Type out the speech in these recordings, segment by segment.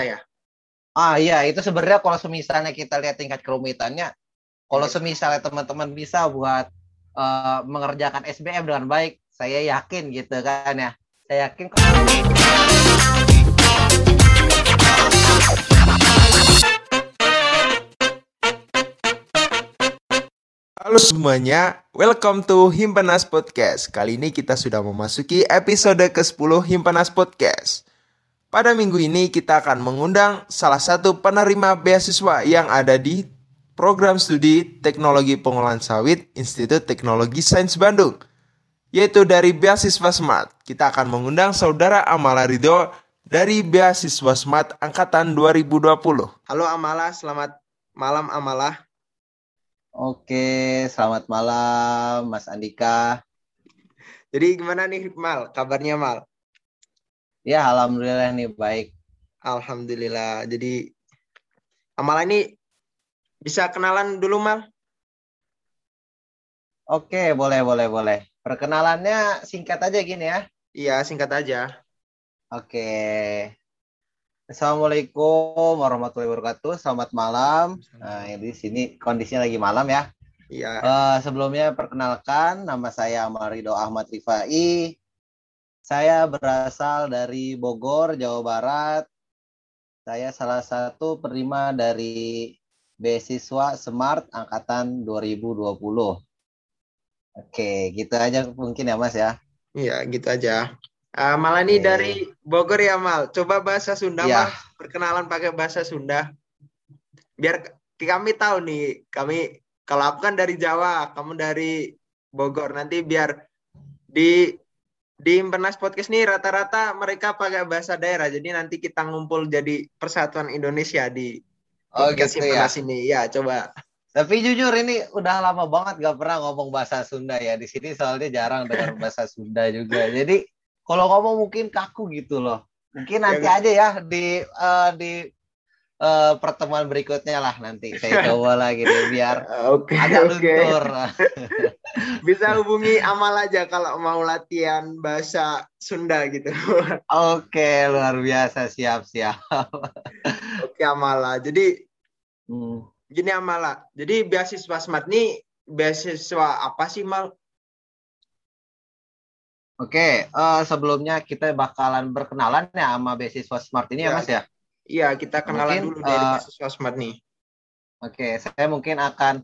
Iya, itu sebenarnya kalau semisalnya kita lihat tingkat kerumitannya, kalau semisalnya teman-teman bisa buat mengerjakan SBM dengan baik, saya yakin gitu kan ya. Saya yakin. Halo semuanya, welcome to Himpenas Podcast. Kali ini kita sudah memasuki episode ke-10 Himpenas Podcast. Pada minggu ini kita akan mengundang salah satu penerima beasiswa yang ada di program studi Teknologi Pengolahan Sawit Institut Teknologi Sains Bandung, yaitu dari beasiswa Smart. Kita akan mengundang Saudara Amala Ridho dari beasiswa Smart Angkatan 2020. Halo Amala, selamat malam Amala. Oke, selamat malam Mas Andika. Jadi gimana nih Mal, kabarnya Mal? Ya, alhamdulillah nih baik. Alhamdulillah. Jadi Amala ini bisa kenalan dulu Mal? Oke, boleh. Perkenalannya singkat aja gini ya. Iya, singkat aja. Oke. Assalamualaikum warahmatullahi wabarakatuh. Selamat malam. Nah, di sini kondisinya lagi malam ya. Iya. Sebelumnya perkenalkan, nama saya Amarido Ahmad Rifai. Saya berasal dari Bogor, Jawa Barat. Saya salah satu penerima dari beasiswa Smart Angkatan 2020. Oke, gitu aja mungkin ya Mas ya. Iya, gitu aja. Mal ini dari Bogor ya Mal. Coba bahasa Sunda Iya. Mal. Perkenalan pakai bahasa Sunda. Biar kami tahu nih. Kalau aku kan dari Jawa, kamu dari Bogor. Nanti biar di Himpenas Podcast nih rata-rata mereka pakai bahasa daerah. Jadi nanti kita ngumpul jadi Persatuan Indonesia di podcast gitu Himpenas ya. ini. Ya, coba. Tapi jujur ini udah lama banget gak pernah ngomong bahasa Sunda ya. Di sini soalnya jarang dengar bahasa Sunda juga. Jadi kalau ngomong mungkin kaku gitu loh. Mungkin nanti aja ya di pertemuan berikutnya lah nanti saya coba lagi deh biar agak luntur. Bisa hubungi Amal aja kalau mau latihan bahasa Sunda gitu. Oke, luar biasa, siap. Oke Amala. Jadi gini Amala. Jadi beasiswa Smart nih beasiswa apa sih Mal? Oke, sebelumnya kita bakalan berkenalan ya sama beasiswa Smart ini ya Mas ya. Iya, kita kenalan dulu dari beasiswa Smart nih. Oke, saya mungkin akan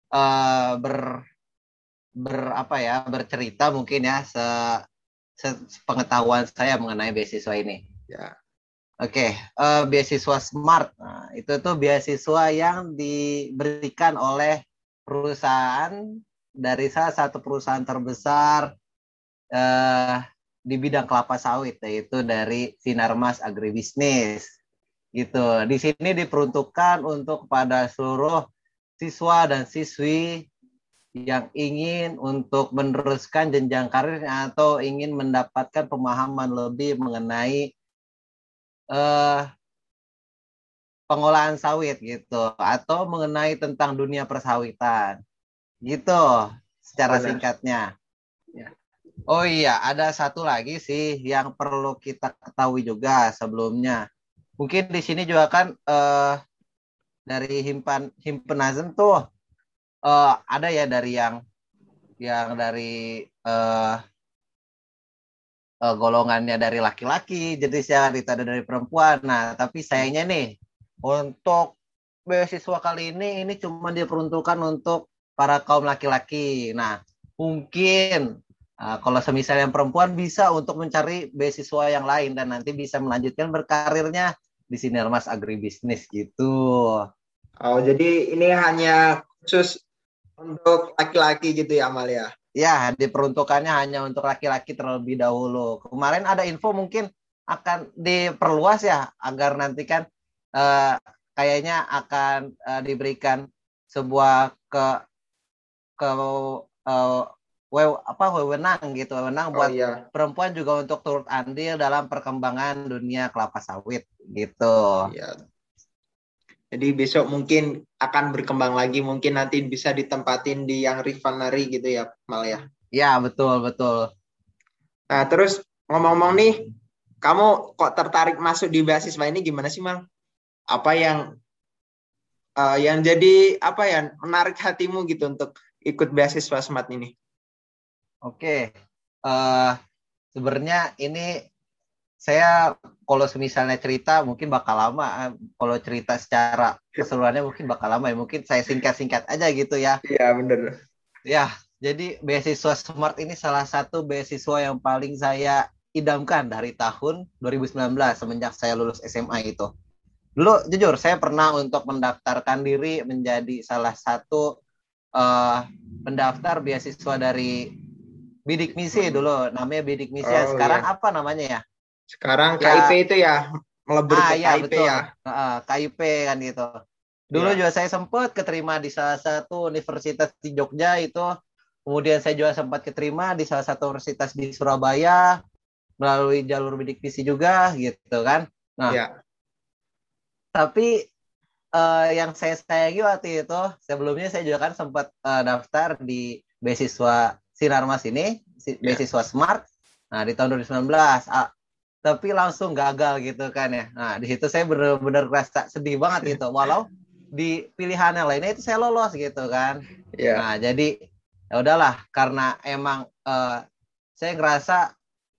bercerita mungkin ya sepengetahuan saya mengenai beasiswa ini. Ya. Oke, beasiswa Smart. Nah, itu tuh beasiswa yang diberikan oleh perusahaan dari salah satu perusahaan terbesar di bidang kelapa sawit, yaitu dari Sinarmas Agribisnis. Gitu. Di sini diperuntukkan untuk kepada seluruh siswa dan siswi yang ingin untuk meneruskan jenjang karir atau ingin mendapatkan pemahaman lebih mengenai pengolahan sawit gitu atau mengenai tentang dunia persawitan gitu secara singkatnya. Oh iya, ada satu lagi sih yang perlu kita ketahui juga sebelumnya. Mungkin di sini juga kan dari Himpenazem tuh ada ya dari yang dari golongannya dari laki-laki, jenisnya itu ada dari perempuan. Nah, tapi sayangnya nih untuk beasiswa kali ini cuma diperuntukkan untuk para kaum laki-laki. Nah, mungkin kalau semisal yang perempuan bisa untuk mencari beasiswa yang lain dan nanti bisa melanjutkan berkarirnya di Sinarmas Agribisnis gitu. Oh, jadi ini hanya khusus untuk laki-laki gitu ya, Amalia? Ya, diperuntukannya hanya untuk laki-laki terlebih dahulu. Kemarin ada info mungkin akan diperluas ya, agar nanti kan kayaknya akan diberikan sebuah wewenang buat perempuan juga untuk turut andil dalam perkembangan dunia kelapa sawit gitu. Iya. Jadi besok mungkin akan berkembang lagi, mungkin nanti bisa ditempatin di yang refinery gitu ya, Mal ya? Ya, betul. Nah, terus ngomong-ngomong nih, kamu kok tertarik masuk di beasiswa ini gimana sih, Mal? Apa yang jadi apa ya menarik hatimu gitu untuk ikut beasiswa Smart ini? Oke, eh sebenarnya ini saya kalau misalnya cerita mungkin bakal lama. Kalau cerita secara keseluruhannya mungkin bakal lama ya. Mungkin saya singkat-singkat aja gitu ya. Iya, bener. Ya, jadi beasiswa Smart ini salah satu beasiswa yang paling saya idamkan dari tahun 2019 semenjak saya lulus SMA itu. Dulu jujur saya pernah untuk mendaftarkan diri menjadi salah satu pendaftar beasiswa dari Bidik Misi dulu, namanya Bidik Misi. Oh, Sekarang iya. apa namanya ya? Sekarang Ya, KIP itu ya, melebur ke ya KIP betul. ya. KIP kan gitu. Dulu Iya. juga saya sempat keterima di salah satu universitas di Jogja itu. Kemudian saya juga sempat keterima di salah satu universitas di Surabaya melalui jalur bidik misi juga gitu kan. Nah, Iya. tapi yang saya sayangi waktu itu sebelumnya saya juga kan sempat daftar di beasiswa Sinarmas ini, Iya. beasiswa Smart. Nah, di tahun 2019. Tapi langsung gagal gitu kan ya. Nah, di situ saya benar-benar rasa sedih banget gitu. Walau di pilihan yang lainnya itu saya lolos gitu kan. Iya. Nah, jadi ya udahlah karena emang saya ngerasa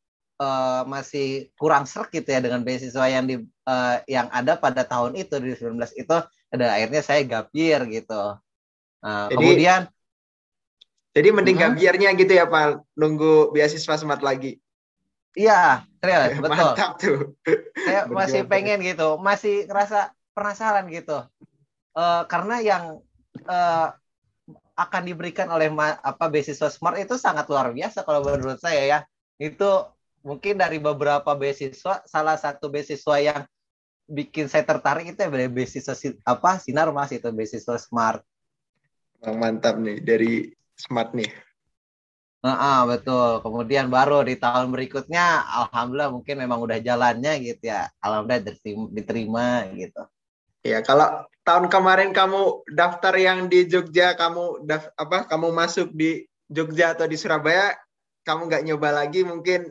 masih kurang serk gitu ya dengan beasiswa yang ada pada tahun itu di 2019 itu, ada akhirnya saya gap year gitu. Nah, Jadi kemudian mending gapiernya gitu ya, Pak. Nunggu beasiswa Smart lagi. iya, serius, betul. Mantap tuh. Saya masih Berjuang terus. pengen gitu, masih ngerasa penasaran gitu. Karena yang eh, akan diberikan oleh beasiswa Smart itu sangat luar biasa kalau menurut saya ya. Itu mungkin dari beberapa beasiswa, salah satu beasiswa yang bikin saya tertarik itu ya beasiswa Sinar Mas, itu beasiswa Smart. Mantap nih dari Smart nih. Betul. Kemudian baru di tahun berikutnya, alhamdulillah mungkin memang udah jalannya gitu ya. Alhamdulillah diterima gitu. Ya, kalau tahun kemarin kamu daftar yang di Jogja, kamu masuk di Jogja atau di Surabaya, kamu nggak nyoba lagi mungkin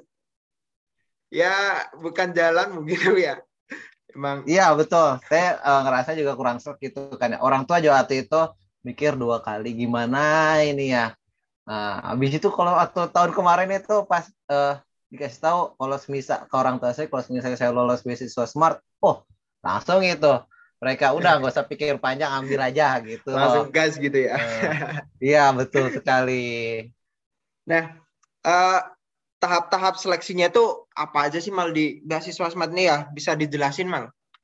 ya bukan jalan mungkin ya. Emang Iya betul. Saya ngerasa juga kurang serk gitu kan. Orang tua juga waktu itu mikir dua kali gimana ini ya. Nah, habis itu kalau waktu tahun kemarin itu pas dikasih tahu kalau semisal ke orang tua saya kalau misalnya saya lolos beasiswa Smart, oh langsung itu mereka udah nggak usah pikir panjang ambil aja gitu. langsung gas gitu ya. Iya betul sekali. Nah, eh, tahap-tahap seleksinya itu apa aja sih Mal di beasiswa Smart nih ya? Bisa dijelasin Mal?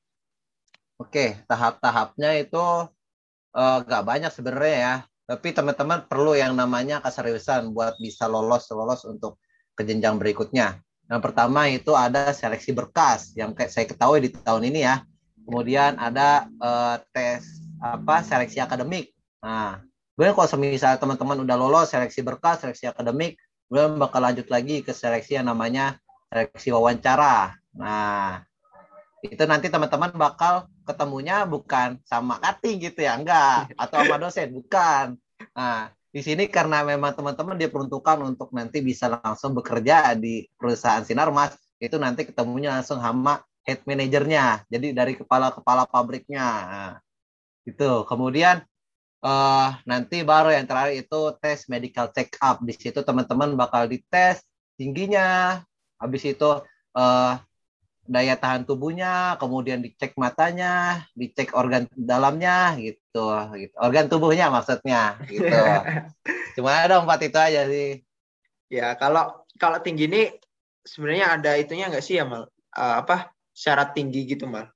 Oke, tahap-tahapnya itu nggak banyak sebenarnya ya. Tapi teman-teman perlu yang namanya keseriusan buat bisa lolos untuk ke jenjang berikutnya. Yang pertama itu ada seleksi berkas yang kayak saya ketahui di tahun ini ya. Kemudian ada tes seleksi akademik. Nah, kemudian kalau misalnya teman-teman udah lolos seleksi berkas, seleksi akademik, kemudian bakal lanjut lagi ke seleksi yang namanya seleksi wawancara. Nah, itu nanti teman-teman bakal ketemunya bukan sama cutting gitu ya, enggak, atau sama dosen, bukan. Nah, di sini karena memang teman-teman diperuntukkan untuk nanti bisa langsung bekerja di perusahaan Sinarmas, itu nanti ketemunya langsung sama head manajernya, jadi dari kepala-kepala pabriknya. Nah, itu. Kemudian nanti baru yang terakhir itu tes medical check up. Di situ teman-teman bakal dites tingginya, habis itu eh, daya tahan tubuhnya, kemudian dicek matanya, dicek organ dalamnya gitu, gitu. Organ tubuhnya maksudnya gitu. Cuma ada 4 itu aja sih. Ya, kalau tinggi ini sebenarnya ada itunya nggak sih ya Mal? Syarat tinggi gitu Mal?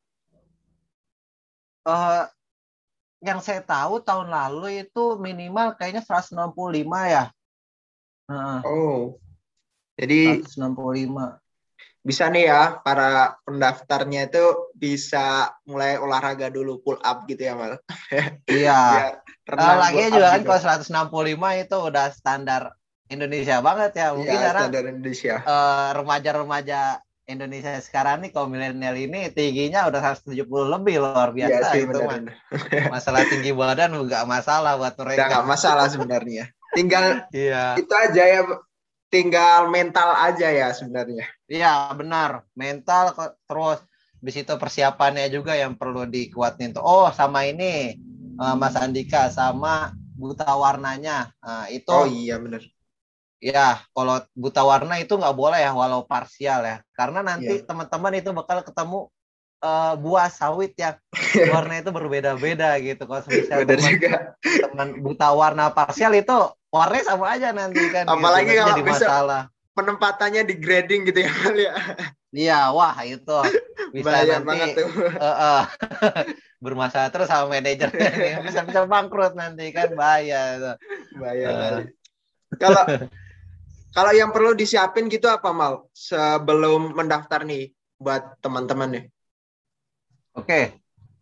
Uh, yang saya tahu tahun lalu itu minimal kayaknya 165 ya. Oh, jadi 165. bisa nih ya para pendaftarnya itu bisa mulai olahraga dulu pull up gitu ya Mal. Iya. Biar renang Lagi pull up juga kan gitu. kalau 165 itu udah standar Indonesia banget ya. Mungkin Iya, sekarang standar Indonesia. remaja-remaja Indonesia sekarang nih, kaum milenial ini tingginya udah 170 lebih, luar Iya biasa sih itu mah. benar-benar. Masalah tinggi badan nggak masalah buat Udah mereka. nggak masalah sebenarnya. Tinggal Iya. itu aja ya tinggal mental aja ya sebenarnya. Iya, benar. Mental terus di situ persiapannya juga yang perlu dikuatin tuh. Oh, sama ini Mas Andika sama buta warnanya. Nah, itu Oh iya benar. ya kalau buta warna itu nggak boleh ya walau parsial ya. Karena nanti Iya. teman-teman itu bakal ketemu buah sawit yang warna itu berbeda-beda gitu. Kalau misal Benar juga. teman buta warna parsial itu warnanya sama aja nanti kan gitu. Apalagi Nanti kalau jadi bisa masalah. penempatannya di grading gitu ya Mal ya. Iya, wah itu bisa Bahaya nanti banget tuh. bermasalah terus sama manajernya nih. Bisa bangkrut nanti kan bahaya tuh. Bahaya Eh, kali. Kalau kalau yang perlu disiapin gitu apa Mal sebelum mendaftar nih buat teman-teman nih? Oke.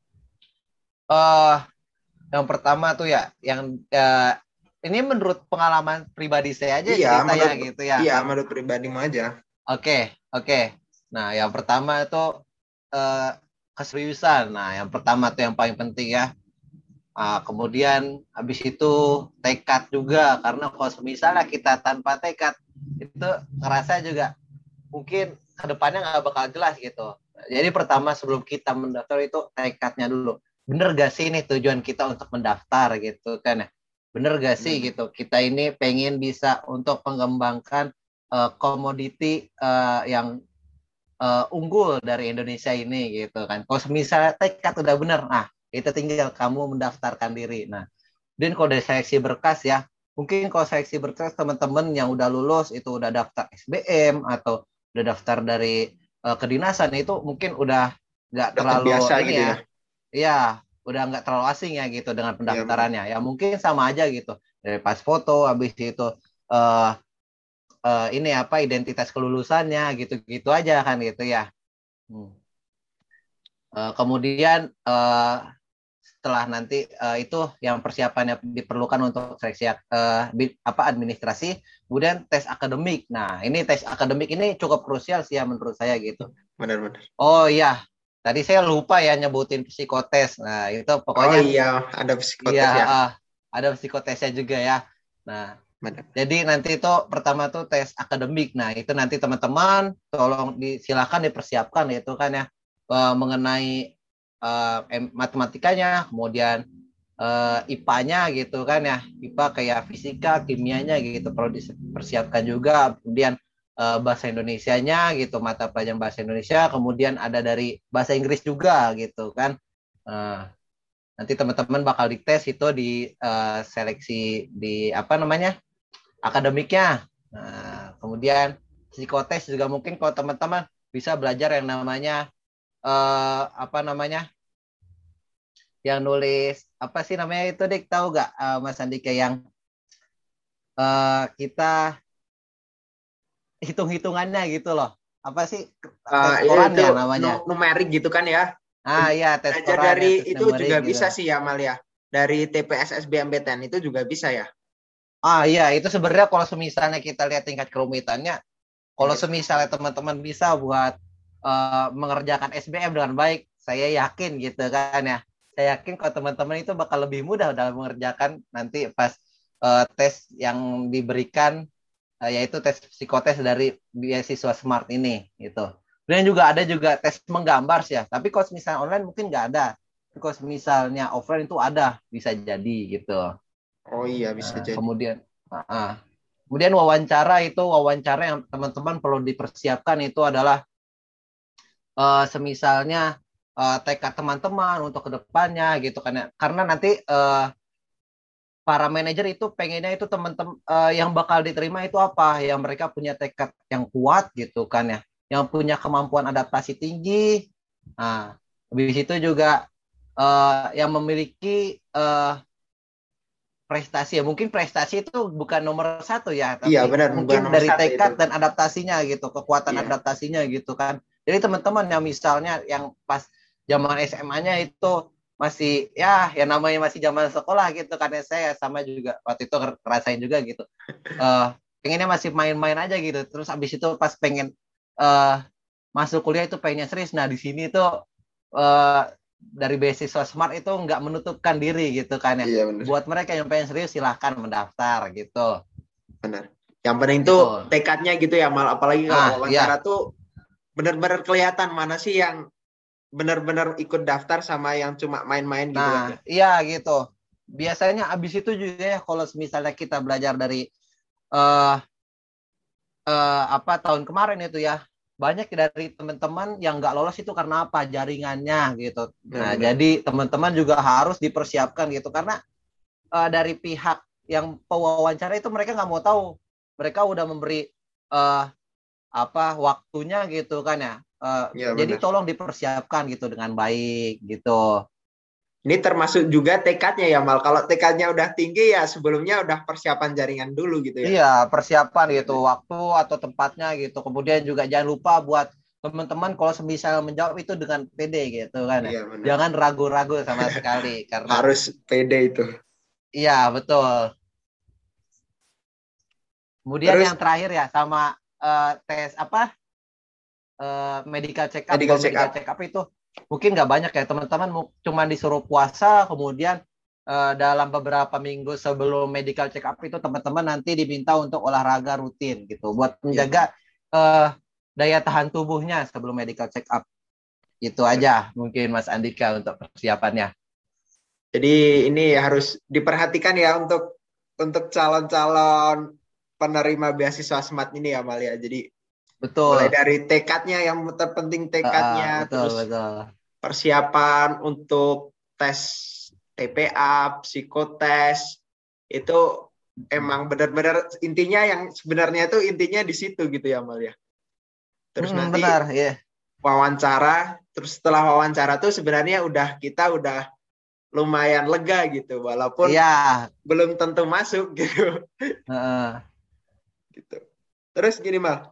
eh yang pertama tuh ya, yang ini menurut pengalaman pribadi saya aja Iya, cerita ya menurut gitu ya. iya menurut pribadimu aja. Oke. Nah, yang pertama itu eh, keseriusan. Nah, yang pertama tuh yang paling penting ya. Kemudian habis itu tekad juga, karena kalau misalnya kita tanpa tekad itu ngerasa juga mungkin kedepannya nggak bakal jelas gitu. Jadi pertama sebelum kita mendaftar itu tekadnya dulu. Bener gak sih ini tujuan kita untuk mendaftar gitu kan ya? Bener gak sih Benar. gitu? Kita ini pengen bisa untuk mengembangkan komoditi yang unggul dari Indonesia ini gitu kan. Kalau misalnya tekad udah bener, nah itu tinggal kamu mendaftarkan diri. Nah, dan kalau dari seleksi berkas ya, mungkin kalau seleksi berkas teman-teman yang udah lulus itu udah daftar SBM atau udah daftar dari kedinasan itu mungkin udah nggak Udah terlalu terbiasa ini gitu ya, ya. ya udah nggak terlalu asing ya gitu dengan Iya benar. pendaftarannya. Ya mungkin sama aja gitu dari pas foto, habis itu uh, ini apa identitas kelulusannya gitu-gitu aja kan gitu ya. Hmm. Kemudian setelah nanti itu yang persiapan yang diperlukan untuk seleksi apa administrasi, kemudian tes akademik. Nah, ini tes akademik ini cukup krusial sih ya menurut saya gitu. Benar-benar. Oh iya, tadi saya lupa ya nyebutin psikotes. Nah, itu Oh pokoknya iya, ada iya psikotes ya. ada psikotesnya juga ya. Nah, Benar. jadi nanti itu pertama tuh tes akademik. Nah, itu nanti teman-teman tolong silakan dipersiapkan itu kan ya mengenai matematikanya, kemudian IPA-nya gitu kan ya. IPA kayak fisika, kimianya gitu perlu dipersiapkan juga. Kemudian bahasa Indonesianya gitu, mata pelajaran bahasa Indonesia, kemudian ada dari bahasa Inggris juga gitu kan. Nanti teman-teman bakal dites itu di seleksi di apa namanya? Akademiknya. Nah, kemudian psikotes juga mungkin kalau teman-teman bisa belajar yang namanya apa namanya? Yang nulis apa sih namanya itu Dik, tahu gak Mas Andika yang kita hitung-hitungannya gitu loh. Apa sih tes koran Itu ya namanya? numerik gitu kan ya. Ya tes Belajar koran ya dari tes itu numerik juga gitu. bisa sih ya Mal ya. Dari TPS SBMPTN itu juga bisa ya. Iya itu sebenarnya kalau semisalnya kita lihat tingkat kerumitannya, kalau Iya. semisalnya teman-teman bisa buat mengerjakan SBM dengan baik, saya yakin gitu kan ya. Saya yakin kalau teman-teman itu bakal lebih mudah dalam mengerjakan nanti pas tes yang diberikan yaitu tes psikotes dari beasiswa Smart ini gitu. Dan juga ada juga tes menggambar sih ya. Tapi kalau misalnya online mungkin nggak ada. Tapi kalau misalnya offline itu ada, bisa jadi gitu. Oh iya bisa Nah, jadi. kemudian wawancara yang teman-teman perlu dipersiapkan itu adalah semisalnya tekad teman-teman untuk kedepannya gitu kan ya. Karena nanti para manajer itu pengennya itu teman-teman yang bakal diterima itu apa? Yang mereka punya tekad yang kuat gitu kan ya, yang punya kemampuan adaptasi tinggi. Nah, habis itu juga yang memiliki prestasi ya. Mungkin prestasi itu bukan nomor satu ya, Iya tapi benar bukan mungkin nomor dari satu itu. tekad dan adaptasinya gitu, kekuatan Iya. adaptasinya gitu kan. Jadi teman-teman yang misalnya yang pas zaman SMA-nya itu masih ya yang namanya masih zaman sekolah gitu kan ya, saya sama juga waktu itu ngerasain juga gitu. Pengennya masih main-main aja gitu. Terus abis itu pas pengen eh masuk kuliah itu pengennya serius. Nah, di sini tuh dari beasiswa Smart itu nggak menutupkan diri gitu kan ya. Iya benar. Buat mereka yang pengen serius silahkan mendaftar gitu. Benar. Yang penting Gitu. tuh tekadnya gitu ya, Mal. Apalagi kalau wawancara Iya. tuh benar-benar kelihatan mana sih yang benar-benar ikut daftar sama yang cuma main-main gitu kan ya. Nah, iya gitu. Biasanya abis itu juga ya kalau misalnya kita belajar dari eh tahun kemarin itu ya, banyak dari teman-teman yang nggak lolos itu karena apa? Jaringannya gitu. Nah, Nah, benar. jadi teman-teman juga harus dipersiapkan gitu karena dari pihak yang pewawancara itu mereka nggak mau tahu. Mereka udah memberi eh, waktunya gitu kan ya. Ya Jadi benar. tolong dipersiapkan gitu dengan baik gitu. Ini termasuk juga tekadnya ya, Mal. Kalau tekadnya udah tinggi ya sebelumnya udah persiapan jaringan dulu gitu ya. Iya, persiapan gitu, Benar. waktu atau tempatnya gitu. Kemudian juga jangan lupa buat teman-teman kalau semisal menjawab itu dengan pede gitu kan ya. Iya benar. Jangan ragu-ragu sama sekali karena Harus pede itu. iya betul. Kemudian Terus yang terakhir ya sama tes medical check up. medical Kalau check medical up. check up itu mungkin nggak banyak ya teman-teman, cuma disuruh puasa, kemudian dalam beberapa minggu sebelum medical check up itu teman-teman nanti diminta untuk olahraga rutin gitu buat Iya. menjaga daya tahan tubuhnya sebelum medical check up. Itu aja mungkin Mas Andika untuk persiapannya. Jadi ini harus diperhatikan ya untuk calon-calon penerima beasiswa SMART ini ya, Mal ya. Jadi mulai Betul. dari tekadnya, yang terpenting tekadnya, Betul, terus betul. persiapan untuk tes TPA, psikotes, itu emang benar-benar intinya, yang sebenarnya itu intinya di situ gitu ya, Mal ya. Terus nanti Benar, ya. wawancara, terus setelah wawancara tuh sebenarnya kita udah lumayan lega gitu, walaupun Iya. belum tentu masuk gitu. Uh, Gitu. Terus gini, Mal,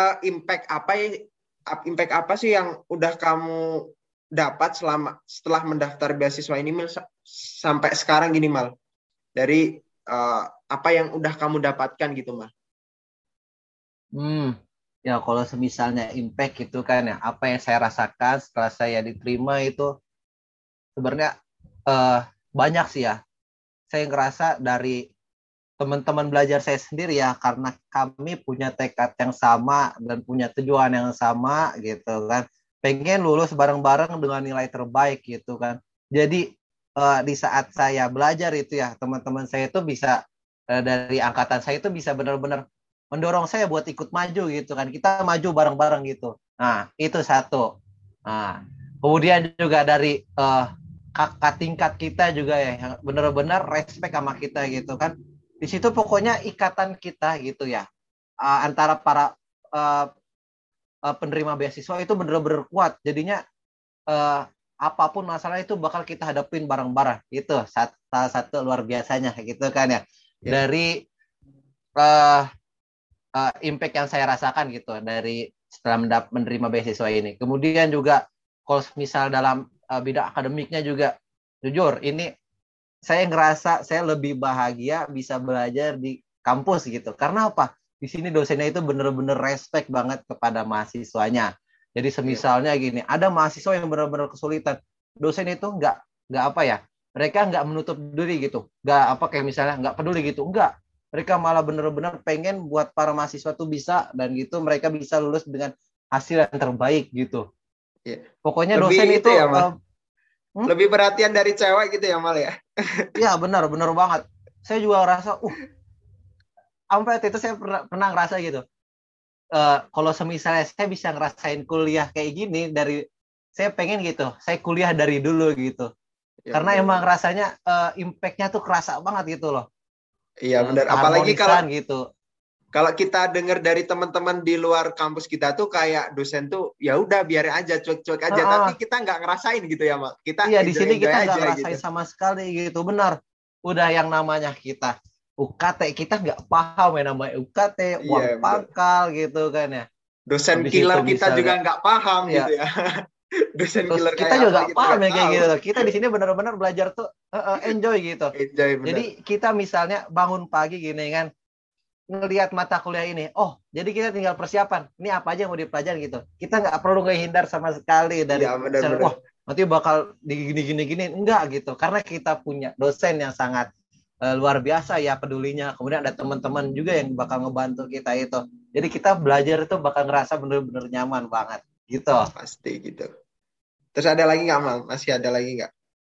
impact apa sih yang udah kamu dapat setelah mendaftar beasiswa ini, Mal, sampai sekarang gini, Mal, dari apa yang udah kamu dapatkan gitu, Mal? Ya kalau semisalnya impact gitu kan ya, apa yang saya rasakan setelah saya diterima itu sebenarnya banyak sih ya. Saya ngerasa dari teman-teman belajar saya sendiri ya, karena kami punya tekad yang sama dan punya tujuan yang sama gitu kan. Pengen lulus bareng-bareng dengan nilai terbaik gitu kan. Jadi di saat saya belajar itu ya, teman-teman saya itu bisa dari angkatan saya itu bisa benar-benar mendorong saya buat ikut maju gitu kan. Kita maju bareng-bareng gitu. Nah, itu satu. Nah, kemudian juga dari kakak tingkat kita juga ya, yang benar-benar respect sama kita gitu kan. Di situ pokoknya ikatan kita gitu ya, antara para penerima beasiswa itu benar-benar kuat. Jadinya apapun masalah itu bakal kita hadapin bareng-bareng. Itu salah satu luar biasanya gitu kan ya. Ya. Dari impact yang saya rasakan gitu dari setelah menerima beasiswa ini. Kemudian juga kalau misal dalam bidang akademiknya juga, jujur ini saya ngerasa saya lebih bahagia bisa belajar di kampus gitu. Karena apa? Di sini dosennya itu benar-benar respect banget kepada mahasiswanya. Jadi semisalnya gini, ada mahasiswa yang benar-benar kesulitan, dosen itu nggak apa ya, mereka nggak menutup diri gitu, nggak apa kayak misalnya nggak peduli gitu, nggak. Mereka malah benar-benar pengen buat para mahasiswa tuh bisa, dan gitu mereka bisa lulus dengan hasil yang terbaik gitu. Ya. Pokoknya Lebih dosen itu ya, Mal? Lebih perhatian dari cewek gitu ya, Mal ya? Iya benar banget. Saya juga ngerasa, sampai itu saya pernah ngerasa gitu. Kalau semisalnya saya bisa ngerasain kuliah kayak gini dari, saya pengen gitu, saya kuliah dari dulu gitu. Ya, Karena benar, emang benar. rasanya impact-nya tuh kerasa banget gitu loh. Iya benar. Apalagi Keharmonisan gitu. kalau kita dengar dari teman-teman di luar kampus kita tuh kayak dosen tuh ya udah biar aja, cuek-cuek aja, tapi kita nggak ngerasain gitu ya, Mal. Kita Iya, di sini enjoy kita nggak aja ngerasain gitu. sama sekali gitu, benar. Udah yang namanya kita UKT, kita nggak paham yang namanya UKT, uang Iya benar. pangkal gitu kan ya. Dosen Habis itu killer kita juga misalnya, nggak paham ya, gitu ya. Dosen terus killer kita kayak apa juga kita paham nggak ya kayak tahu. gitu. Kita di sini benar-benar belajar tuh enjoy gitu. Enjoy benar. Jadi kita misalnya bangun pagi gini kan, ngelihat mata kuliah ini, oh jadi kita tinggal persiapan, ini apa aja yang mau dipelajari gitu. Kita nggak perlu ngehindar sama sekali Iya dari misalnya, benar-benar. wah nanti bakal di gini enggak gitu, karena kita punya dosen yang sangat luar biasa ya pedulinya. Kemudian ada teman-teman juga yang bakal ngebantu kita itu. Jadi kita belajar itu bakal ngerasa bener-bener nyaman banget gitu. Pasti gitu. Terus ada lagi nggak, Mal? Masih ada lagi nggak?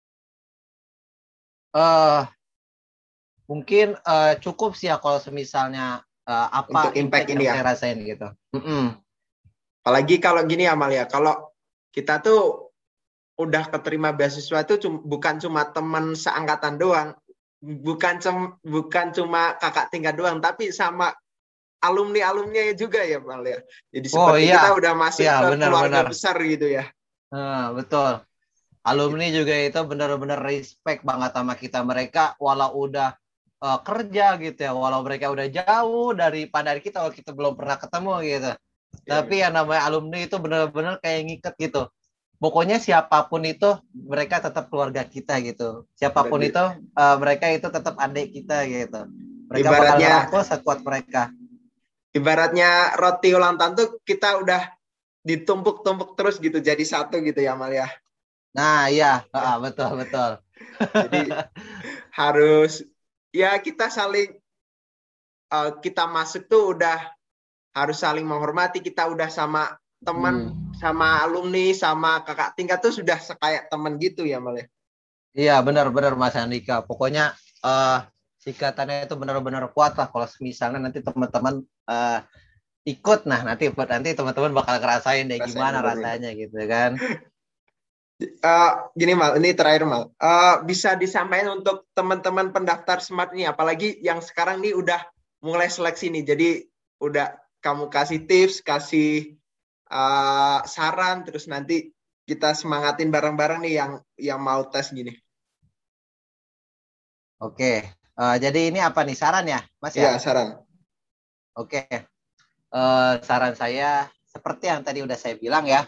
eh Mungkin cukup sih ya kalau semisalnya Untuk apa impact impact ini yang ya. saya rasain gitu. Apalagi kalau gini ya, Mal ya. Kalau kita tuh udah keterima beasiswa itu bukan cuma teman seangkatan doang, bukan cuma kakak tingkat doang, tapi sama alumni-alumninya juga ya, Mal ya. Jadi Oh seperti kita iya, udah masuk iya ke keluarga benar-benar. besar gitu ya. Betul. Alumni juga itu benar-benar respect banget sama kita. Mereka walau udah kerja gitu ya, walau mereka udah jauh daripada kita, walau kita belum pernah ketemu gitu. Ya, Tapi yang namanya alumni itu benar-benar kayak ngiket gitu. Pokoknya siapapun itu mereka tetap keluarga kita gitu. Siapapun bener. itu mereka itu tetap adik kita gitu. Mereka bakal Ibaratnya ngerangkul sekuat mereka. ibaratnya roti ulang tahun tuh kita udah ditumpuk-tumpuk terus gitu jadi satu gitu ya, Mal ya. Nah, iya, betul betul. Jadi harus ya kita saling kita masuk tuh udah harus saling menghormati. Kita udah sama teman, sama alumni, sama kakak tingkat tuh sudah kayak teman gitu ya, Mal ya. Iya, benar-benar Mas Andika. Pokoknya sikatannya itu benar-benar kuat lah. Kalau misalnya nanti teman-teman ikut, nah nanti teman-teman bakal ngerasain deh Rasain gimana bener-bener. rasanya gitu kan. Gini, Mal, ini terakhir, Mal. Bisa disampaikan untuk teman-teman pendaftar Smart ini, apalagi yang sekarang nih udah mulai seleksi nih. Jadi udah kamu kasih tips, kasih saran, terus nanti kita semangatin bareng-bareng nih yang mau tes gini. Oke, jadi ini apa nih saran ya, Mas ya? Iya, saran. Oke, saran saya seperti yang tadi udah saya bilang ya,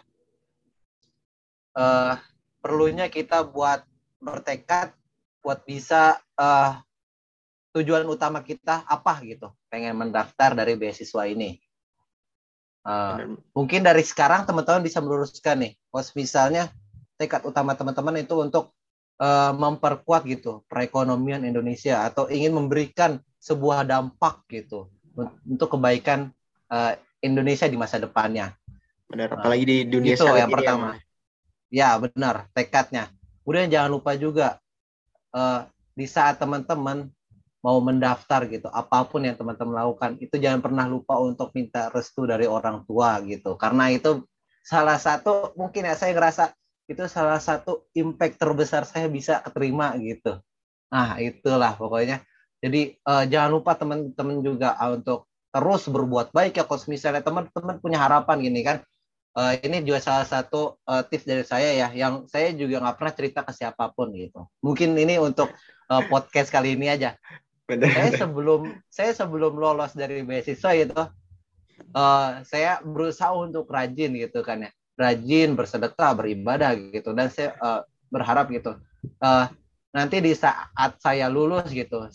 perlunya kita buat bertekad buat bisa tujuan utama kita apa gitu, pengen mendaftar dari beasiswa ini. Mungkin dari sekarang teman-teman bisa meluruskan nih, kalau misalnya tekad utama teman-teman itu untuk memperkuat gitu perekonomian Indonesia atau ingin memberikan sebuah dampak gitu untuk kebaikan Indonesia di masa depannya. Benar, apalagi di dunia Itu saat yang ini ya, Mal. pertama. Ya benar, tekadnya. Kemudian jangan lupa juga di saat teman-teman mau mendaftar gitu, apapun yang teman-teman lakukan, itu jangan pernah lupa untuk minta restu dari orang tua gitu. Karena itu salah satu, mungkin ya saya ngerasa itu salah satu impact terbesar saya bisa keterima gitu. Nah itulah pokoknya. Jadi jangan lupa teman-teman juga untuk terus berbuat baik ya. Kalau misalnya teman-teman punya harapan gini kan, ini juga salah satu tips dari saya ya, yang saya juga nggak pernah cerita ke siapapun gitu. Mungkin ini untuk podcast kali ini aja. Saya Benar. sebelum lolos dari beasiswa itu, saya berusaha untuk rajin gitu kan ya, rajin bersedekah, beribadah gitu, dan saya berharap gitu, nanti di saat saya lulus gitu,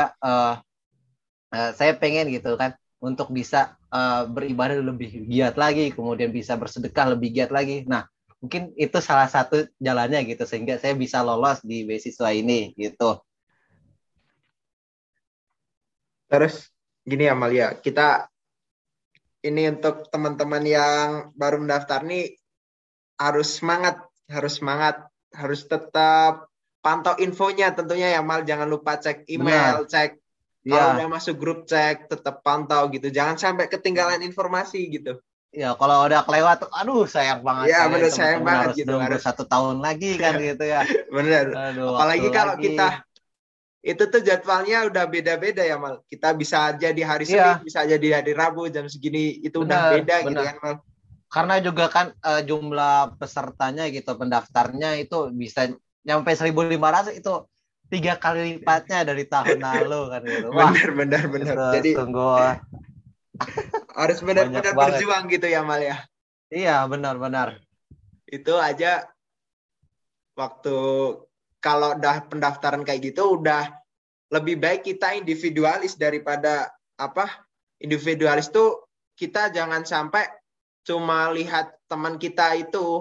saya pengen gitu kan untuk bisa beribadah lebih giat lagi, kemudian bisa bersedekah lebih giat lagi. Nah, mungkin itu salah satu jalannya gitu sehingga saya bisa lolos di beasiswa ini gitu. Terus gini ya, Malia, kita ini untuk teman-teman yang baru mendaftar nih harus semangat, harus tetap pantau infonya tentunya ya, Mal. Jangan lupa cek email, Benar. cek kalau Ya, udah masuk grup, cek, tetap pantau gitu. Jangan sampai ketinggalan informasi gitu. ya kalau udah kelewat, aduh sayang banget Ya, kalian bener, sayang teman-teman banget harus gitu. nunggu Harus 1 tahun lagi kan gitu ya. bener. Aduh, waktu Apalagi kalau lagi. kita itu tuh jadwalnya udah beda-beda ya, Mal. Kita bisa aja di hari Senin, Iya, bisa aja di hari Rabu jam segini, itu udah benar, beda gitu benar. kan, Mal. Karena juga kan jumlah pesertanya gitu, pendaftarnya itu bisa nyampe 1.500, itu 3 kali lipatnya dari tahun lalu kan gitu. Wah, Bener. itu Jadi sungguh harus banyak benar-benar banget. berjuang gitu ya, Mal ya. Iya, benar-benar. Itu aja waktu kalau udah pendaftaran kayak gitu udah lebih baik kita individualis daripada apa? Individualis tuh kita jangan sampai cuma lihat teman kita itu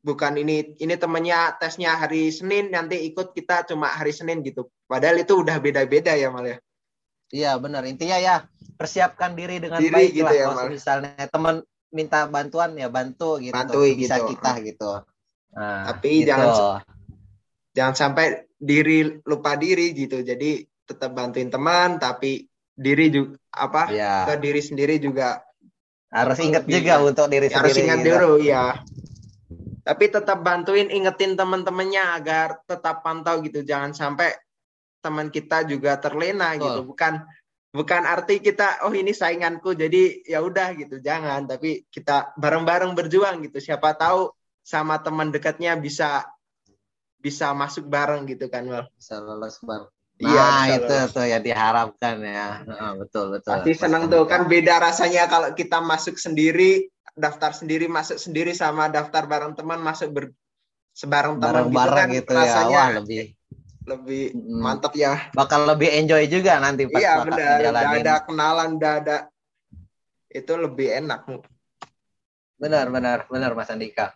bukan ini temennya tesnya hari Senin nanti ikut kita cuma hari Senin gitu. Padahal itu udah beda-beda ya Mal ya. Iya benar, intinya ya persiapkan diri dengan Diri baik gitu lah. ya, Kalau Mal. misalnya teman minta bantuan ya bantu gitu, Bantui bisa gitu. kita gitu. Nah, Tapi gitu. jangan sampai lupa diri gitu. Jadi tetap bantuin teman tapi diri juga Ya, ke diri sendiri juga harus ingat lebih, juga untuk diri ya, harus sendiri ingat gitu. dulu ya. Tapi tetap bantuin ingetin teman-temannya agar tetap pantau gitu. Jangan sampai teman kita juga terlena Betul. gitu. Bukan arti kita ini sainganku jadi ya udah gitu. Jangan, tapi kita bareng-bareng berjuang gitu. Siapa tahu sama teman dekatnya bisa masuk bareng gitu kan, Mal. Bisa lolos bareng. Iya, Nah, bisa itu lolos. tuh yang diharapkan ya. Betul. Pasti Mas senang tuh Andika. kan, beda rasanya kalau kita masuk sendiri, daftar sendiri masuk sendiri sama daftar bareng teman masuk sebareng teman gitu Bareng-bareng kan gitu rasanya ya. Wah, lebih mantap ya. bakal lebih enjoy juga nanti pas Iya bakal benar, udah ngejalanin. ada kenalan, udah ada, itu lebih enak. Benar Mas Andika.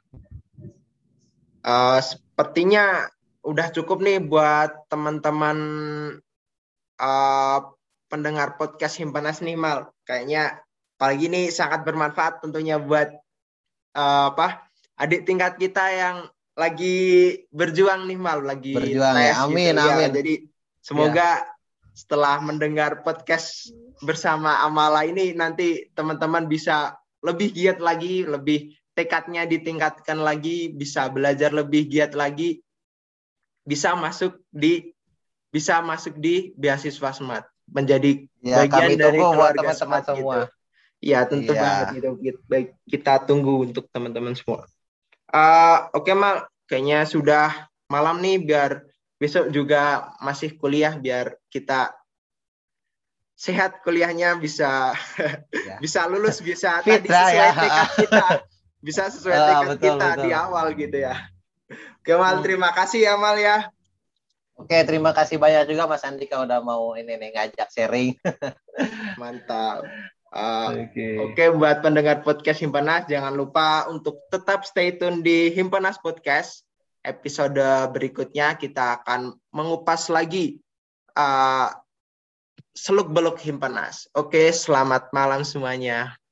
Sepertinya udah cukup nih buat teman-teman pendengar podcast Himpanas nih, Mal. Kayaknya apalagi ini sangat bermanfaat tentunya buat adik tingkat kita yang lagi berjuang nih, Mal, lagi berjuang tes ya. Amin, gitu. amin. Ya, jadi semoga setelah mendengar podcast bersama Amala ini nanti teman-teman bisa lebih giat lagi, lebih tekadnya ditingkatkan lagi, bisa belajar lebih giat lagi, bisa masuk di beasiswa Smart, menjadi bagian dari keluarga Smart gitu. Ya tentu banget gitu. Kita tunggu untuk teman-teman semua. Oke, Mal, kayaknya sudah malam nih, biar besok juga masih kuliah, biar kita sehat kuliahnya, bisa bisa lulus, bisa Fit tadi sesuai ya. tekad kita, bisa sesuai tekad betul. di awal gitu ya. Oke, Mal, terima kasih ya, Mal ya. Oke, terima kasih banyak juga Mas Andika udah mau ini nih ngajak sharing. Mantap. Oke, buat pendengar podcast Himpanas, jangan lupa untuk tetap stay tune di Himpanas Podcast. Episode berikutnya kita akan mengupas lagi seluk-beluk Himpanas. Oke, selamat malam semuanya.